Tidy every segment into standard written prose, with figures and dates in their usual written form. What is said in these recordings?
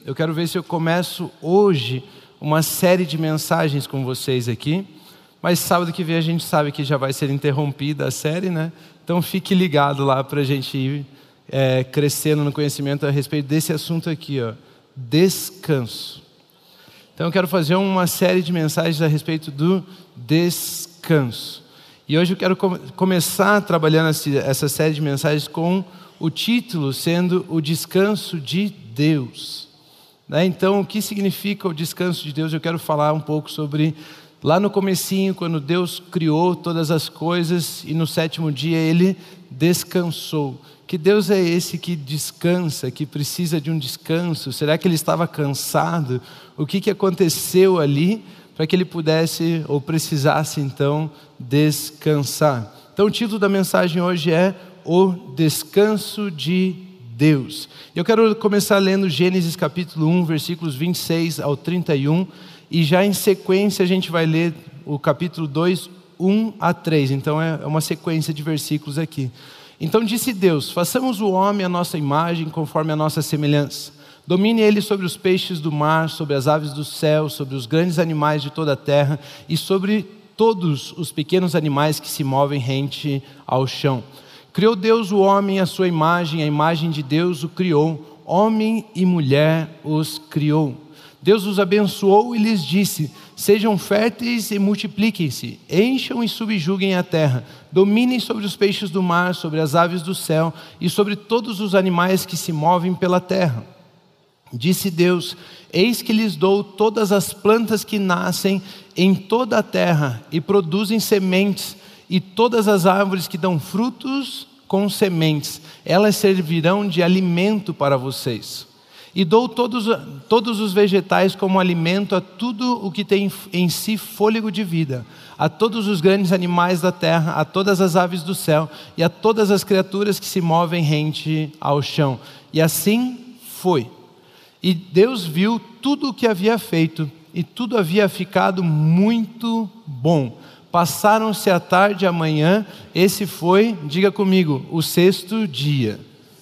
eu quero ver se eu começo hoje uma série de mensagens com vocês aqui. Mas sábado que vem a gente sabe que já vai ser interrompida a série, né? Então fique ligado lá para a gente ir crescendo no conhecimento a respeito desse assunto aqui, ó, descanso. Então eu quero fazer uma série de mensagens a respeito do descanso. E hoje eu quero começar trabalhando essa série de mensagens com o título sendo o descanso de Deus. Então o que significa o descanso de Deus? Eu quero falar um pouco sobre lá no comecinho, quando Deus criou todas as coisas e no sétimo dia Ele descansou. Que Deus é esse que descansa, que precisa de um descanso? Será que Ele estava cansado? O que aconteceu ali para que Ele pudesse ou precisasse então descansar? Então o título da mensagem hoje é O Descanso de Deus. Eu quero começar lendo Gênesis capítulo 1, versículos 26 ao 31. E já em sequência a gente vai ler o capítulo 2, 1 a 3. Então é uma sequência de versículos aqui. Então disse Deus: façamos o homem à nossa imagem, conforme a nossa semelhança. Domine ele sobre os peixes do mar, sobre as aves do céu, sobre os grandes animais de toda a terra e sobre todos os pequenos animais que se movem rente ao chão. Criou Deus o homem à sua imagem, a imagem de Deus o criou, homem e mulher os criou. Deus os abençoou e lhes disse: sejam férteis e multipliquem-se, encham e subjuguem a terra, dominem sobre os peixes do mar, sobre as aves do céu e sobre todos os animais que se movem pela terra. Disse Deus: eis que lhes dou todas as plantas que nascem em toda a terra e produzem sementes, e todas as árvores que dão frutos com sementes, elas servirão de alimento para vocês. E dou todos os vegetais como alimento a tudo o que tem em si fôlego de vida, a todos os grandes animais da terra, a todas as aves do céu e a todas as criaturas que se movem rente ao chão. E assim foi. E Deus viu tudo o que havia feito, e tudo havia ficado muito bom. Passaram-se a tarde e a manhã, esse foi, diga comigo, o sexto dia.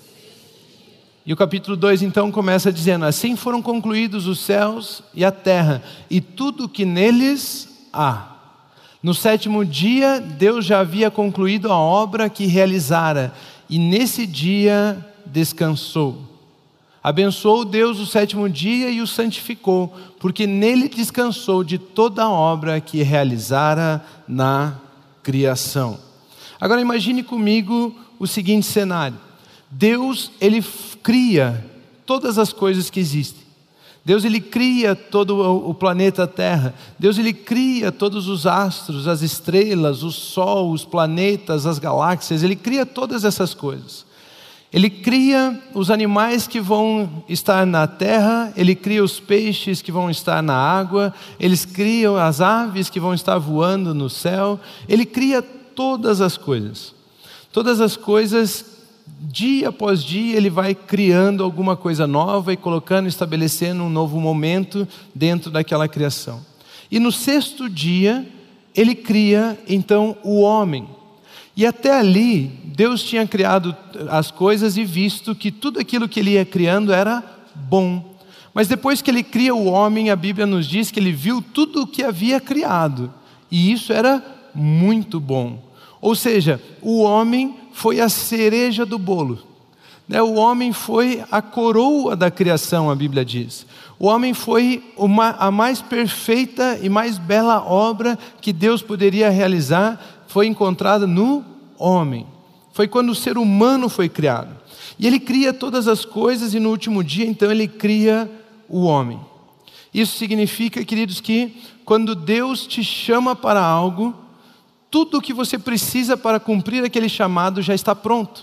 E o capítulo 2 então começa dizendo: assim foram concluídos os céus e a terra e tudo que neles há. No sétimo dia Deus já havia concluído a obra que realizara e nesse dia descansou. Abençoou Deus o sétimo dia e o santificou, porque nele descansou de toda a obra que realizara na criação. Agora imagine comigo o seguinte cenário. Deus, Ele cria todas as coisas que existem. Deus, Ele cria todo o planeta Terra. Deus, Ele cria todos os astros, as estrelas, o sol, os planetas, as galáxias. Ele cria todas essas coisas. Ele cria os animais que vão estar na terra, Ele cria os peixes que vão estar na água, Ele cria as aves que vão estar voando no céu. Ele cria todas as coisas. Todas as coisas, dia após dia, Ele vai criando alguma coisa nova e colocando, estabelecendo um novo momento dentro daquela criação. E no sexto dia, Ele cria então o homem. E até ali, Deus tinha criado as coisas e visto que tudo aquilo que Ele ia criando era bom. Mas depois que Ele cria o homem, a Bíblia nos diz que Ele viu tudo o que havia criado. E isso era muito bom. Ou seja, o homem foi a cereja do bolo. O homem foi a coroa da criação, a Bíblia diz. O homem foi a mais perfeita e mais bela obra que Deus poderia realizar, foi encontrada no homem. Foi quando o ser humano foi criado. E Ele cria todas as coisas e no último dia, então, Ele cria o homem. Isso significa, queridos, que quando Deus te chama para algo, tudo o que você precisa para cumprir aquele chamado já está pronto.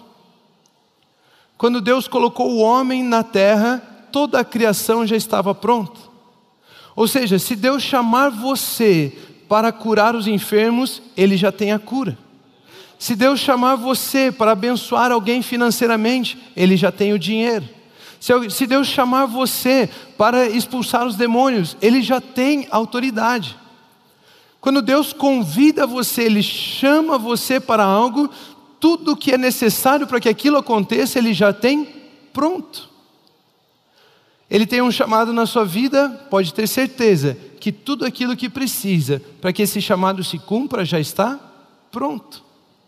Quando Deus colocou o homem na terra, toda a criação já estava pronta. Ou seja, se Deus chamar você para curar os enfermos, Ele já tem a cura. Se Deus chamar você para abençoar alguém financeiramente, Ele já tem o dinheiro. Se Deus chamar você para expulsar os demônios, Ele já tem autoridade. Quando Deus convida você, Ele chama você para algo, tudo o que é necessário para que aquilo aconteça, Ele já tem pronto. Ele tem um chamado na sua vida, pode ter certeza que tudo aquilo que precisa para que esse chamado se cumpra já está pronto.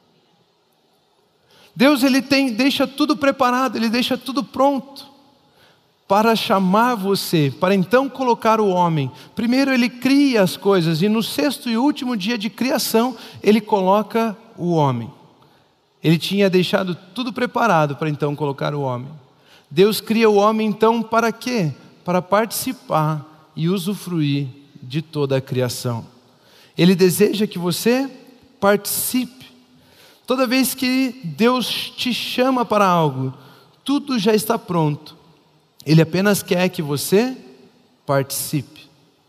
Deus deixa tudo preparado, Ele deixa tudo pronto para chamar você, para então colocar o homem. Primeiro Ele cria as coisas e no sexto e último dia de criação Ele coloca o homem. Ele tinha deixado tudo preparado para então colocar o homem. Deus cria o homem então para quê? Para participar e usufruir de toda a criação. Ele deseja que você participe. Toda vez que Deus te chama para algo, tudo já está pronto. Ele apenas quer que você participe.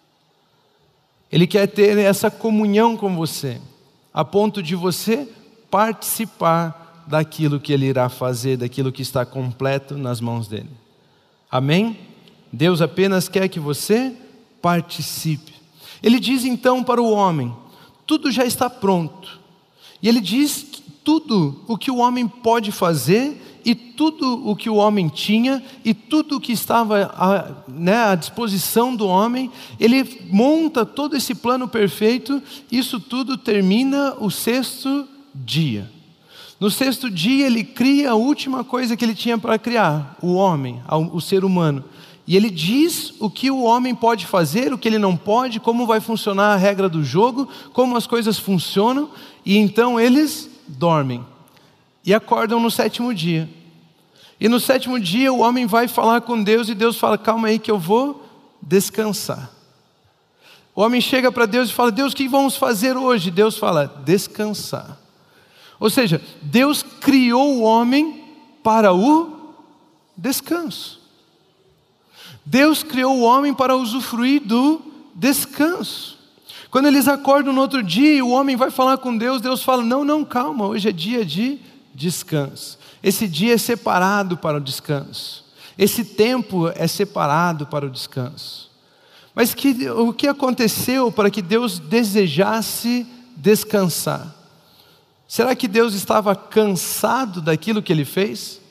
Ele quer ter essa comunhão com você, a ponto de você participar daquilo que Ele irá fazer, daquilo que está completo nas mãos dEle. Amém? Deus apenas quer que você participe. Ele diz então para o homem, tudo já está pronto. E Ele diz tudo o que o homem pode fazer e tudo o que o homem tinha e tudo o que estava à disposição do homem. Ele monta todo esse plano perfeito. Isso tudo termina o sexto dia. No sexto dia Ele cria a última coisa que Ele tinha para criar, o homem, o ser humano. E Ele diz o que o homem pode fazer, o que ele não pode, como vai funcionar a regra do jogo, como as coisas funcionam. E então eles dormem e acordam no sétimo dia. E no sétimo dia o homem vai falar com Deus e Deus fala, calma aí que eu vou descansar. O homem chega para Deus e fala, Deus, o que vamos fazer hoje? Deus fala, descansar. Ou seja, Deus criou o homem para o descanso. Deus criou o homem para usufruir do descanso. Quando eles acordam no outro dia e o homem vai falar com Deus, Deus fala, não, calma, hoje é dia de descanso. Esse dia é separado para o descanso. Esse tempo é separado para o descanso. Mas o que aconteceu para que Deus desejasse descansar? Será que Deus estava cansado daquilo que Ele fez?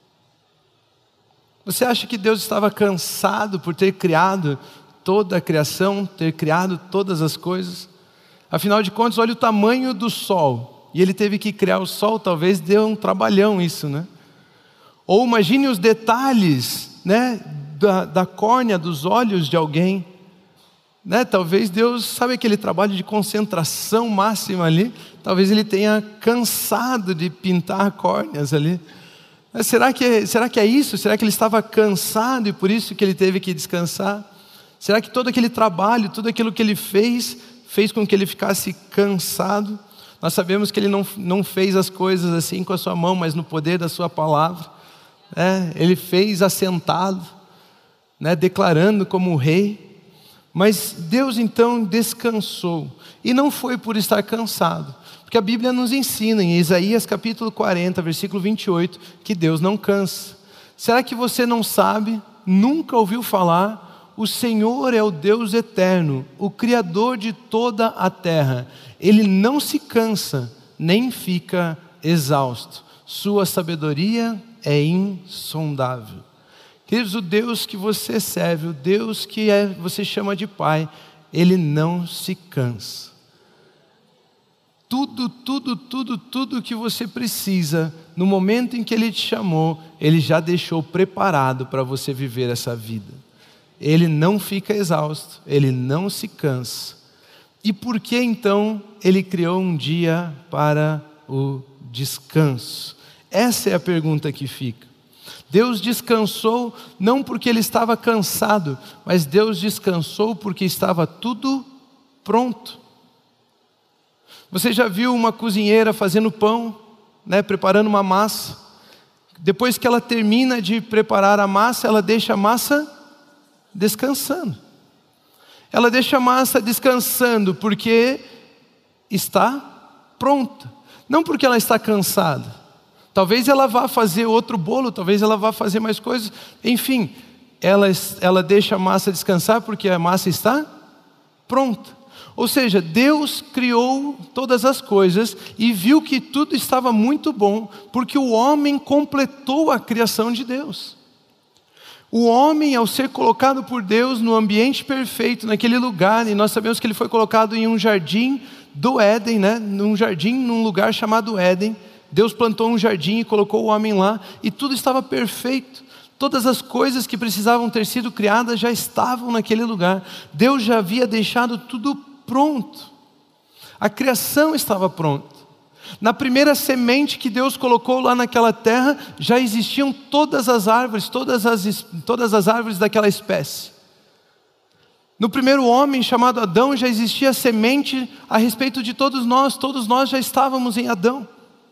Você acha que Deus estava cansado por ter criado toda a criação, ter criado todas as coisas? Afinal de contas, olha o tamanho do sol. E Ele teve que criar o sol, talvez deu um trabalhão isso, né? Ou imagine os detalhes, né, da córnea dos olhos de alguém. Né? Talvez Deus, sabe aquele trabalho de concentração máxima ali? Talvez Ele tenha cansado de pintar córneas ali. Será que é isso? Será que Ele estava cansado e por isso que Ele teve que descansar? Será que todo aquele trabalho, tudo aquilo que Ele fez com que Ele ficasse cansado? Nós sabemos que Ele não fez as coisas assim com a sua mão, mas no poder da sua palavra. Ele fez assentado, né, declarando como rei. Mas Deus então descansou. E não foi por estar cansado. Porque a Bíblia nos ensina em Isaías capítulo 40, versículo 28, que Deus não cansa. Será que você não sabe, nunca ouviu falar? O Senhor é o Deus eterno, o Criador de toda a terra. Ele não se cansa, nem fica exausto. Sua sabedoria é insondável. Queridos, o Deus que você serve, o Deus que você chama de Pai, Ele não se cansa. Tudo que você precisa, no momento em que Ele te chamou, Ele já deixou preparado para você viver essa vida. Ele não fica exausto, Ele não se cansa. E por que então Ele criou um dia para o descanso? Essa é a pergunta que fica. Deus descansou não porque Ele estava cansado, mas Deus descansou porque estava tudo pronto. Você já viu uma cozinheira fazendo pão, né, preparando uma massa? Depois que ela termina de preparar a massa, ela deixa a massa descansando. Ela deixa a massa descansando porque está pronta, não porque ela está cansada. Talvez ela vá fazer outro bolo, talvez ela vá fazer mais coisas. Enfim, ela deixa a massa descansar porque a massa está pronta. Ou seja, Deus criou todas as coisas e viu que tudo estava muito bom, porque o homem completou a criação de Deus. O homem, ao ser colocado por Deus no ambiente perfeito, naquele lugar, e nós sabemos que ele foi colocado em um jardim do Éden, né? Num jardim, num lugar chamado Éden. Deus plantou um jardim e colocou o homem lá, e tudo estava perfeito. Todas as coisas que precisavam ter sido criadas já estavam naquele lugar. Deus já havia deixado tudo pronto. A criação estava pronta. Na primeira semente que Deus colocou lá naquela terra, já existiam todas as árvores, todas as árvores daquela espécie. No primeiro homem, chamado Adão, já existia semente a respeito de todos nós já estávamos em Adão.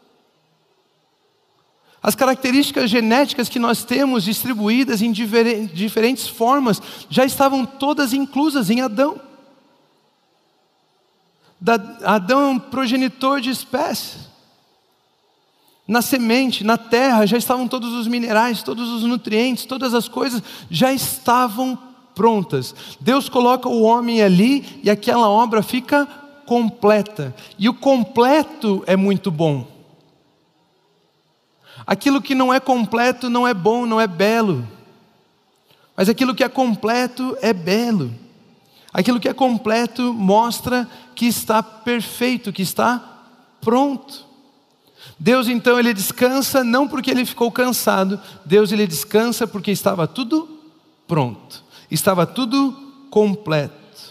As características genéticas que nós temos distribuídas em diferentes formas, já estavam todas inclusas em Adão. Adão é um progenitor de espécies. Na semente, na terra, já estavam todos os minerais, todos os nutrientes, todas as coisas já estavam prontas. Deus coloca o homem ali e aquela obra fica completa. E o completo é muito bom. Aquilo que não é completo não é bom, não é belo. Mas aquilo que é completo é belo. Aquilo que é completo mostra que está perfeito, que está pronto. Deus então ele descansa não porque ele ficou cansado. Deus ele descansa porque estava tudo pronto. Estava tudo completo.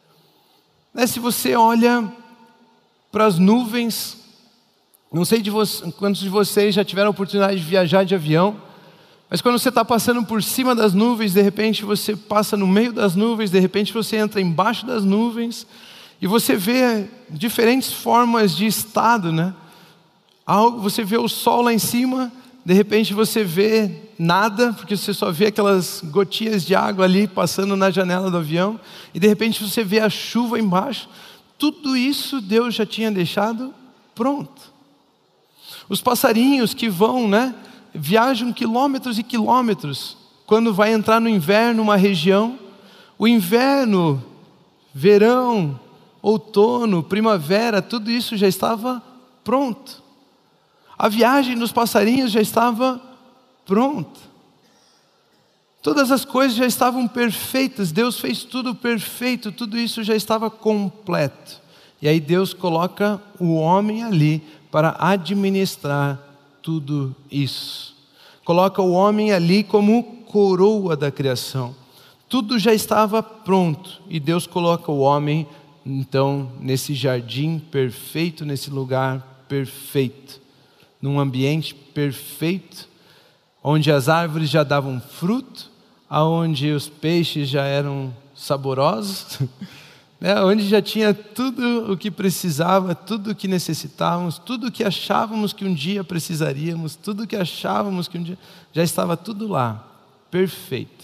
Se você olha para as nuvens, não sei quantos de vocês já tiveram a oportunidade de viajar de avião, mas quando você está passando por cima das nuvens, de repente você passa no meio das nuvens, de repente você entra embaixo das nuvens, e você vê diferentes formas de estado, né? Você vê o sol lá em cima, de repente você vê nada, porque você só vê aquelas gotinhas de água ali passando na janela do avião, e de repente você vê a chuva embaixo. Tudo isso Deus já tinha deixado pronto. Os passarinhos que vão, né? Viajam quilômetros e quilômetros. Quando vai entrar no inverno uma região, o inverno, verão, outono, primavera, tudo isso já estava pronto. A viagem dos passarinhos já estava pronta. Todas as coisas já estavam perfeitas. Deus fez tudo perfeito, tudo isso já estava completo. E aí Deus coloca o homem ali para administrar tudo isso. Coloca o homem ali como coroa da criação. Tudo já estava pronto e Deus coloca o homem então nesse jardim perfeito, nesse lugar perfeito, num ambiente perfeito, onde as árvores já davam fruto, aonde os peixes já eram saborosos, onde já tinha tudo o que precisava, tudo o que necessitávamos, tudo o que achávamos que um dia precisaríamos, tudo o que achávamos que um dia, já estava tudo lá, perfeito,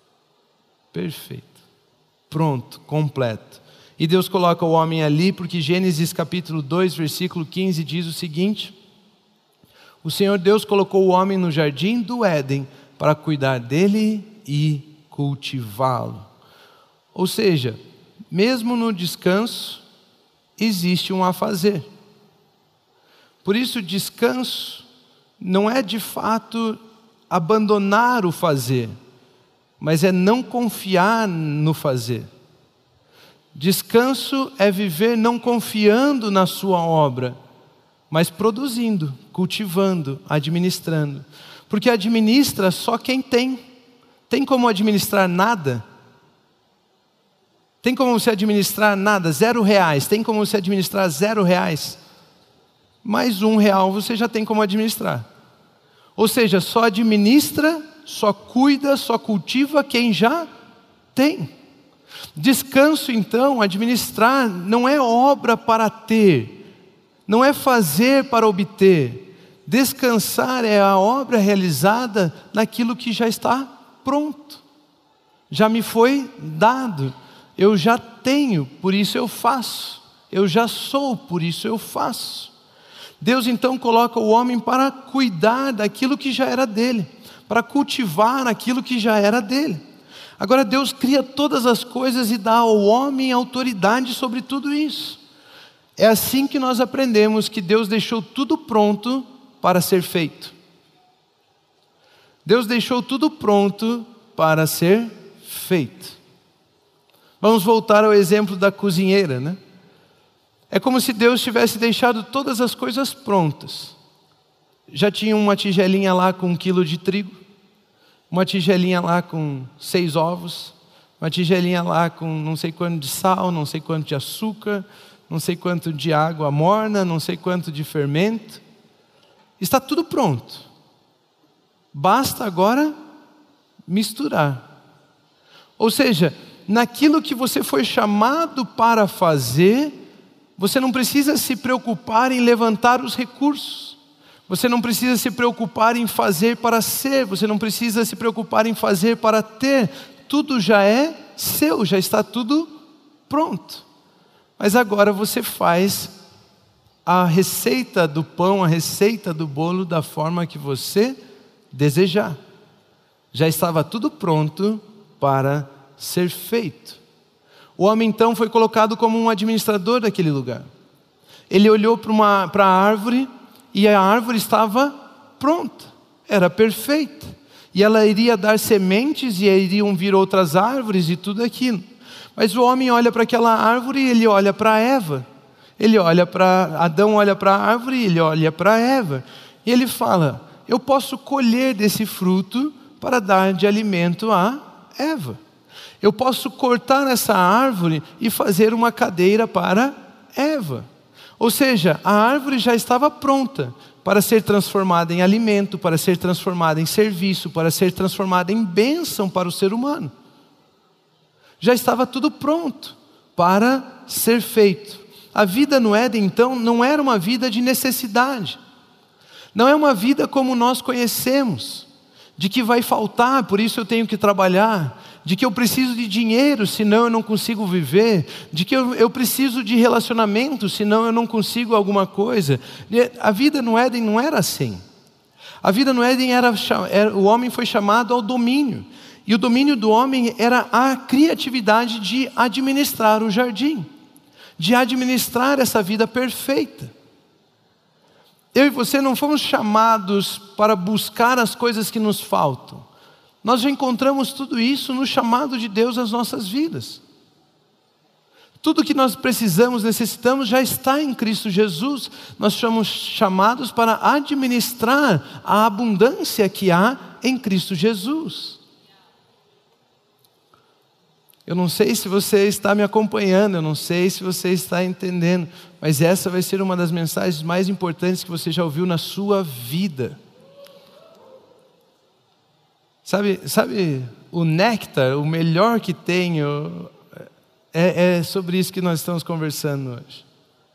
pronto, completo. E Deus coloca o homem ali, porque Gênesis capítulo 2, versículo 15 diz o seguinte: o Senhor Deus colocou o homem no jardim do Éden para cuidar dele e cultivá-lo. Ou seja, mesmo no descanso, existe um a fazer. Por isso, descanso não é de fato abandonar o fazer, mas é não confiar no fazer. Descanso é viver não confiando na sua obra, mas produzindo, cultivando, administrando. Porque administra só quem tem. Tem como administrar nada? Tem como você administrar nada? R$0. Tem como você administrar R$0? Mais R$1 você já tem como administrar. Ou seja, só administra, só cuida, só cultiva quem já tem. Descanso então, administrar, não é obra para ter, não é fazer para obter. Descansar é a obra realizada naquilo que já está pronto. Já me foi dado. Eu já tenho, por isso eu faço. Eu já sou, por isso eu faço. Deus então coloca o homem para cuidar daquilo que já era dele, para cultivar aquilo que já era dele. Agora Deus cria todas as coisas e dá ao homem autoridade sobre tudo isso. É assim que nós aprendemos que Deus deixou tudo pronto para ser feito. Deus deixou tudo pronto para ser feito. Vamos voltar ao exemplo da cozinheira, né? É como se Deus tivesse deixado todas as coisas prontas. Já tinha uma tigelinha lá com 1 quilo de trigo, uma tigelinha lá com 6 ovos, uma tigelinha lá com não sei quanto de sal, não sei quanto de açúcar, não sei quanto de água morna, não sei quanto de fermento. Está tudo pronto. Basta agora misturar. Ou seja, naquilo que você foi chamado para fazer, você não precisa se preocupar em levantar os recursos. Você não precisa se preocupar em fazer para ser. Você não precisa se preocupar em fazer para ter. Tudo já é seu, já está tudo pronto. Mas agora você faz a receita do pão, a receita do bolo da forma que você desejar. Já estava tudo pronto para ser feito. O homem então foi colocado como um administrador daquele lugar. Ele olhou para a árvore e a árvore estava pronta, era perfeita. E ela iria dar sementes e iriam vir outras árvores e tudo aquilo. Mas o homem olha para aquela árvore e ele olha para Eva. Adão olha para a árvore e ele olha para Eva. E ele fala: eu posso colher desse fruto para dar de alimento a Eva. Eu posso cortar essa árvore e fazer uma cadeira para Eva. Ou seja, a árvore já estava pronta para ser transformada em alimento, para ser transformada em serviço, para ser transformada em bênção para o ser humano. Já estava tudo pronto para ser feito. A vida no Éden, então, não era uma vida de necessidade. Não é uma vida como nós conhecemos, de que vai faltar, por isso eu tenho que trabalhar, de que eu preciso de dinheiro, senão eu não consigo viver, de que eu preciso de relacionamento, senão eu não consigo alguma coisa. A vida no Éden não era assim. A vida no Éden o homem foi chamado ao domínio, e o domínio do homem era a criatividade de administrar o jardim, de administrar essa vida perfeita. Eu e você não fomos chamados para buscar as coisas que nos faltam. Nós já encontramos tudo isso no chamado de Deus às nossas vidas. Tudo que nós precisamos, necessitamos, já está em Cristo Jesus. Nós somos chamados para administrar a abundância que há em Cristo Jesus. Eu não sei se você está me acompanhando, eu não sei se você está entendendo, mas essa vai ser uma das mensagens mais importantes que você já ouviu na sua vida. Sabe o néctar, o melhor que tenho, é sobre isso que nós estamos conversando hoje.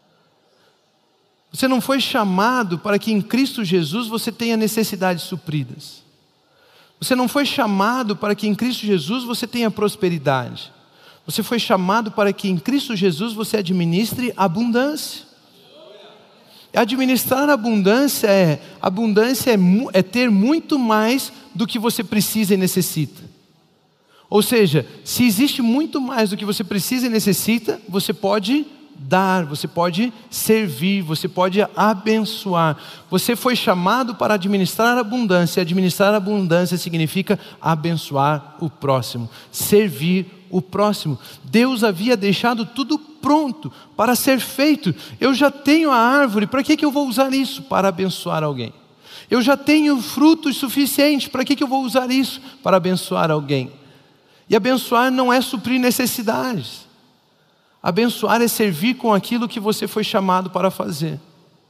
Você não foi chamado para que em Cristo Jesus você tenha necessidades supridas. Você não foi chamado para que em Cristo Jesus você tenha prosperidade. Você foi chamado para que em Cristo Jesus você administre abundância. Administrar abundância é ter muito mais do que você precisa e necessita. Ou seja, se existe muito mais do que você precisa e necessita, você pode dar, você pode servir, você pode abençoar. Você foi chamado para administrar abundância. Administrar abundância significa abençoar o próximo, servir o próximo. Deus havia deixado tudo pronto para ser feito. Eu já tenho a árvore, para que eu vou usar isso? Para abençoar alguém. Eu já tenho frutos suficientes, para que eu vou usar isso? Para abençoar alguém. E abençoar não é suprir necessidades. Abençoar é servir com aquilo que você foi chamado para fazer.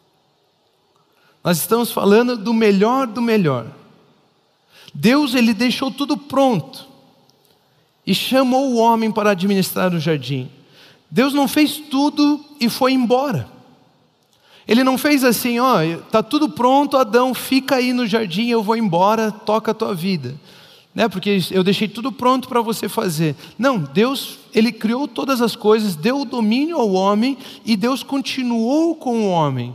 Nós estamos falando do melhor do melhor. Deus, Ele deixou tudo pronto e chamou o homem para administrar o jardim. Deus não fez tudo e foi embora. Ele não fez assim: está tudo pronto, Adão, fica aí no jardim, eu vou embora, toca a tua vida. Porque eu deixei tudo pronto para você fazer. Não, Deus, Ele criou todas as coisas, deu o domínio ao homem, e Deus continuou com o homem,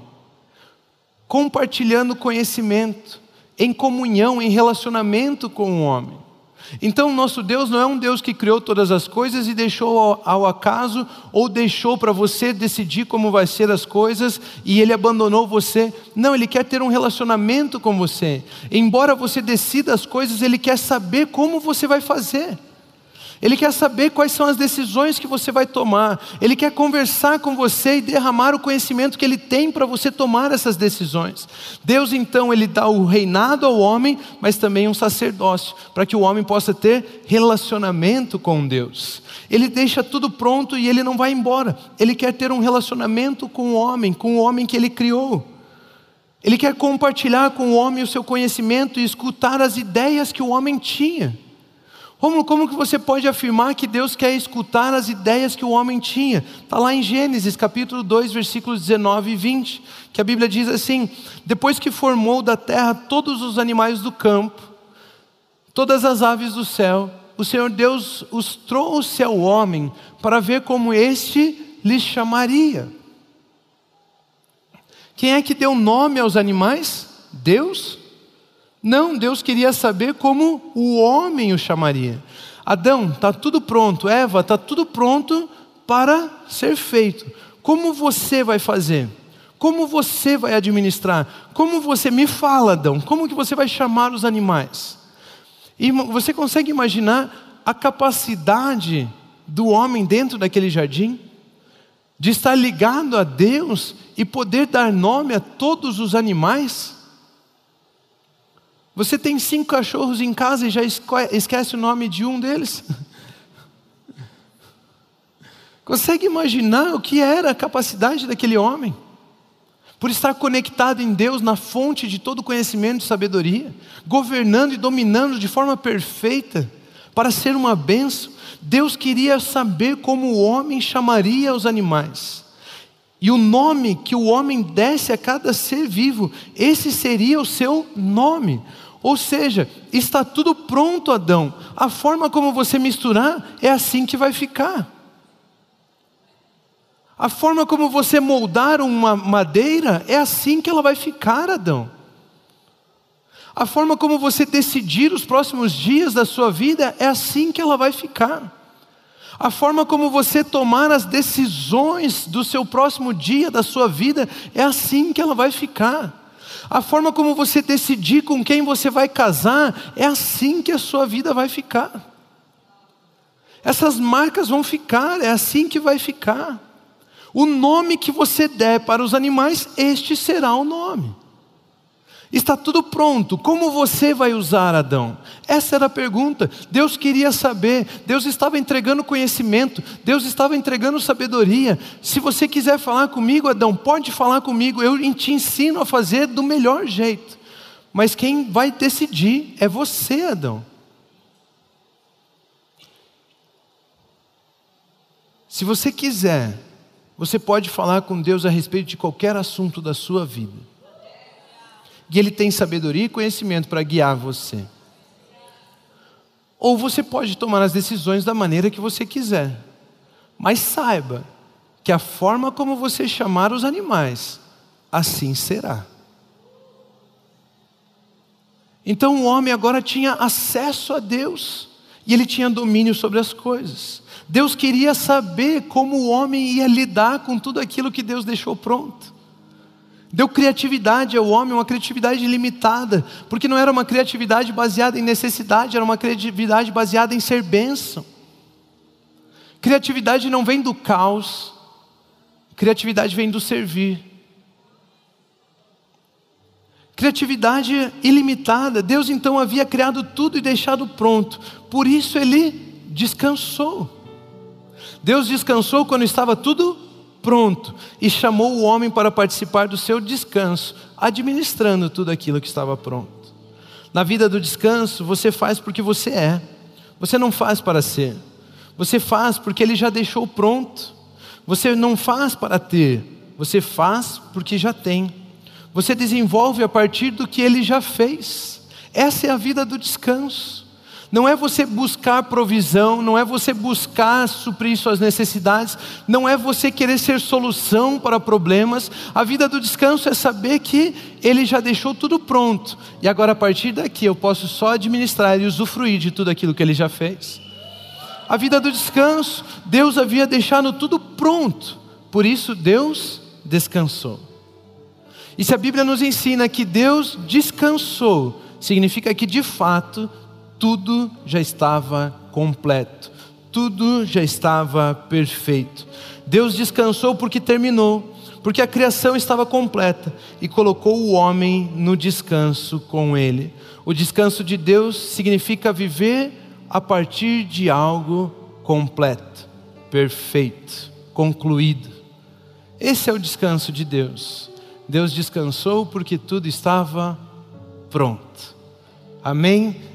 compartilhando conhecimento, em comunhão, em relacionamento com o homem. Então nosso Deus não é um Deus que criou todas as coisas e deixou ao acaso, ou deixou para você decidir como vai ser as coisas e Ele abandonou você. Não, Ele quer ter um relacionamento com você. Embora você decida as coisas, Ele quer saber como você vai fazer. Ele quer saber quais são as decisões que você vai tomar. Ele quer conversar com você e derramar o conhecimento que Ele tem para você tomar essas decisões. Deus então, Ele dá o reinado ao homem, mas também um sacerdócio, para que o homem possa ter relacionamento com Deus. Ele deixa tudo pronto e Ele não vai embora. Ele quer ter um relacionamento com o homem que Ele criou. Ele quer compartilhar com o homem o seu conhecimento e escutar as ideias que o homem tinha. Como que você pode afirmar que Deus quer escutar as ideias que o homem tinha? Está lá em Gênesis capítulo 2, versículos 19 e 20, que a Bíblia diz assim: depois que formou da terra todos os animais do campo, todas as aves do céu, o Senhor Deus os trouxe ao homem para ver como este lhes chamaria. Quem é que deu nome aos animais? Deus? Não, Deus queria saber como o homem o chamaria. Adão, está tudo pronto. Eva, está tudo pronto para ser feito. Como você vai fazer? Como você vai administrar? Como você, me fala, Adão, como que você vai chamar os animais? E você consegue imaginar a capacidade do homem dentro daquele jardim? De estar ligado a Deus e poder dar nome a todos os animais? Você tem 5 cachorros em casa e já esquece o nome de um deles? Consegue imaginar o que era a capacidade daquele homem? Por estar conectado em Deus, na fonte de todo conhecimento e sabedoria, governando e dominando de forma perfeita, para ser uma bênção. Deus queria saber como o homem chamaria os animais. E o nome que o homem desse a cada ser vivo, esse seria o seu nome. Ou seja, está tudo pronto, Adão. A forma como você misturar é assim que vai ficar. A forma como você moldar uma madeira é assim que ela vai ficar, Adão. A forma como você decidir os próximos dias da sua vida é assim que ela vai ficar. A forma como você tomar as decisões do seu próximo dia, da sua vida, é assim que ela vai ficar. A forma como você decidir com quem você vai casar, é assim que a sua vida vai ficar. Essas marcas vão ficar, é assim que vai ficar. O nome que você der para os animais, este será o nome. Está tudo pronto, como você vai usar, Adão? Essa era a pergunta. Deus queria saber, Deus estava entregando conhecimento, Deus estava entregando sabedoria. Se você quiser falar comigo, Adão, pode falar comigo, eu te ensino a fazer do melhor jeito. Mas quem vai decidir é você, Adão. Se você quiser, você pode falar com Deus a respeito de qualquer assunto da sua vida. E Ele tem sabedoria e conhecimento para guiar você. Ou você pode tomar as decisões da maneira que você quiser. Mas saiba que a forma como você chamar os animais, assim será. Então o homem agora tinha acesso a Deus. E ele tinha domínio sobre as coisas. Deus queria saber como o homem ia lidar com tudo aquilo que Deus deixou pronto. Deu criatividade ao homem, uma criatividade limitada, porque não era uma criatividade baseada em necessidade, era uma criatividade baseada em ser bênção. Criatividade não vem do caos, criatividade vem do servir. Criatividade ilimitada. Deus então havia criado tudo e deixado pronto, por isso Ele descansou. Deus descansou quando estava tudo pronto, e chamou o homem para participar do seu descanso, administrando tudo aquilo que estava pronto. Na vida do descanso, você faz porque você é, você não faz para ser, você faz porque Ele já deixou pronto, você não faz para ter, você faz porque já tem, você desenvolve a partir do que Ele já fez. Essa é a vida do descanso. Não é você buscar provisão, não é você buscar suprir suas necessidades, não é você querer ser solução para problemas. A vida do descanso é saber que Ele já deixou tudo pronto. E agora a partir daqui eu posso só administrar e usufruir de tudo aquilo que Ele já fez. A vida do descanso, Deus havia deixado tudo pronto. Por isso Deus descansou. E se a Bíblia nos ensina que Deus descansou, significa que de fato tudo já estava completo, tudo já estava perfeito. Deus descansou porque terminou, porque a criação estava completa e colocou o homem no descanso com Ele. O descanso de Deus significa viver a partir de algo completo, perfeito, concluído. Esse é o descanso de Deus. Deus descansou porque tudo estava pronto. Amém?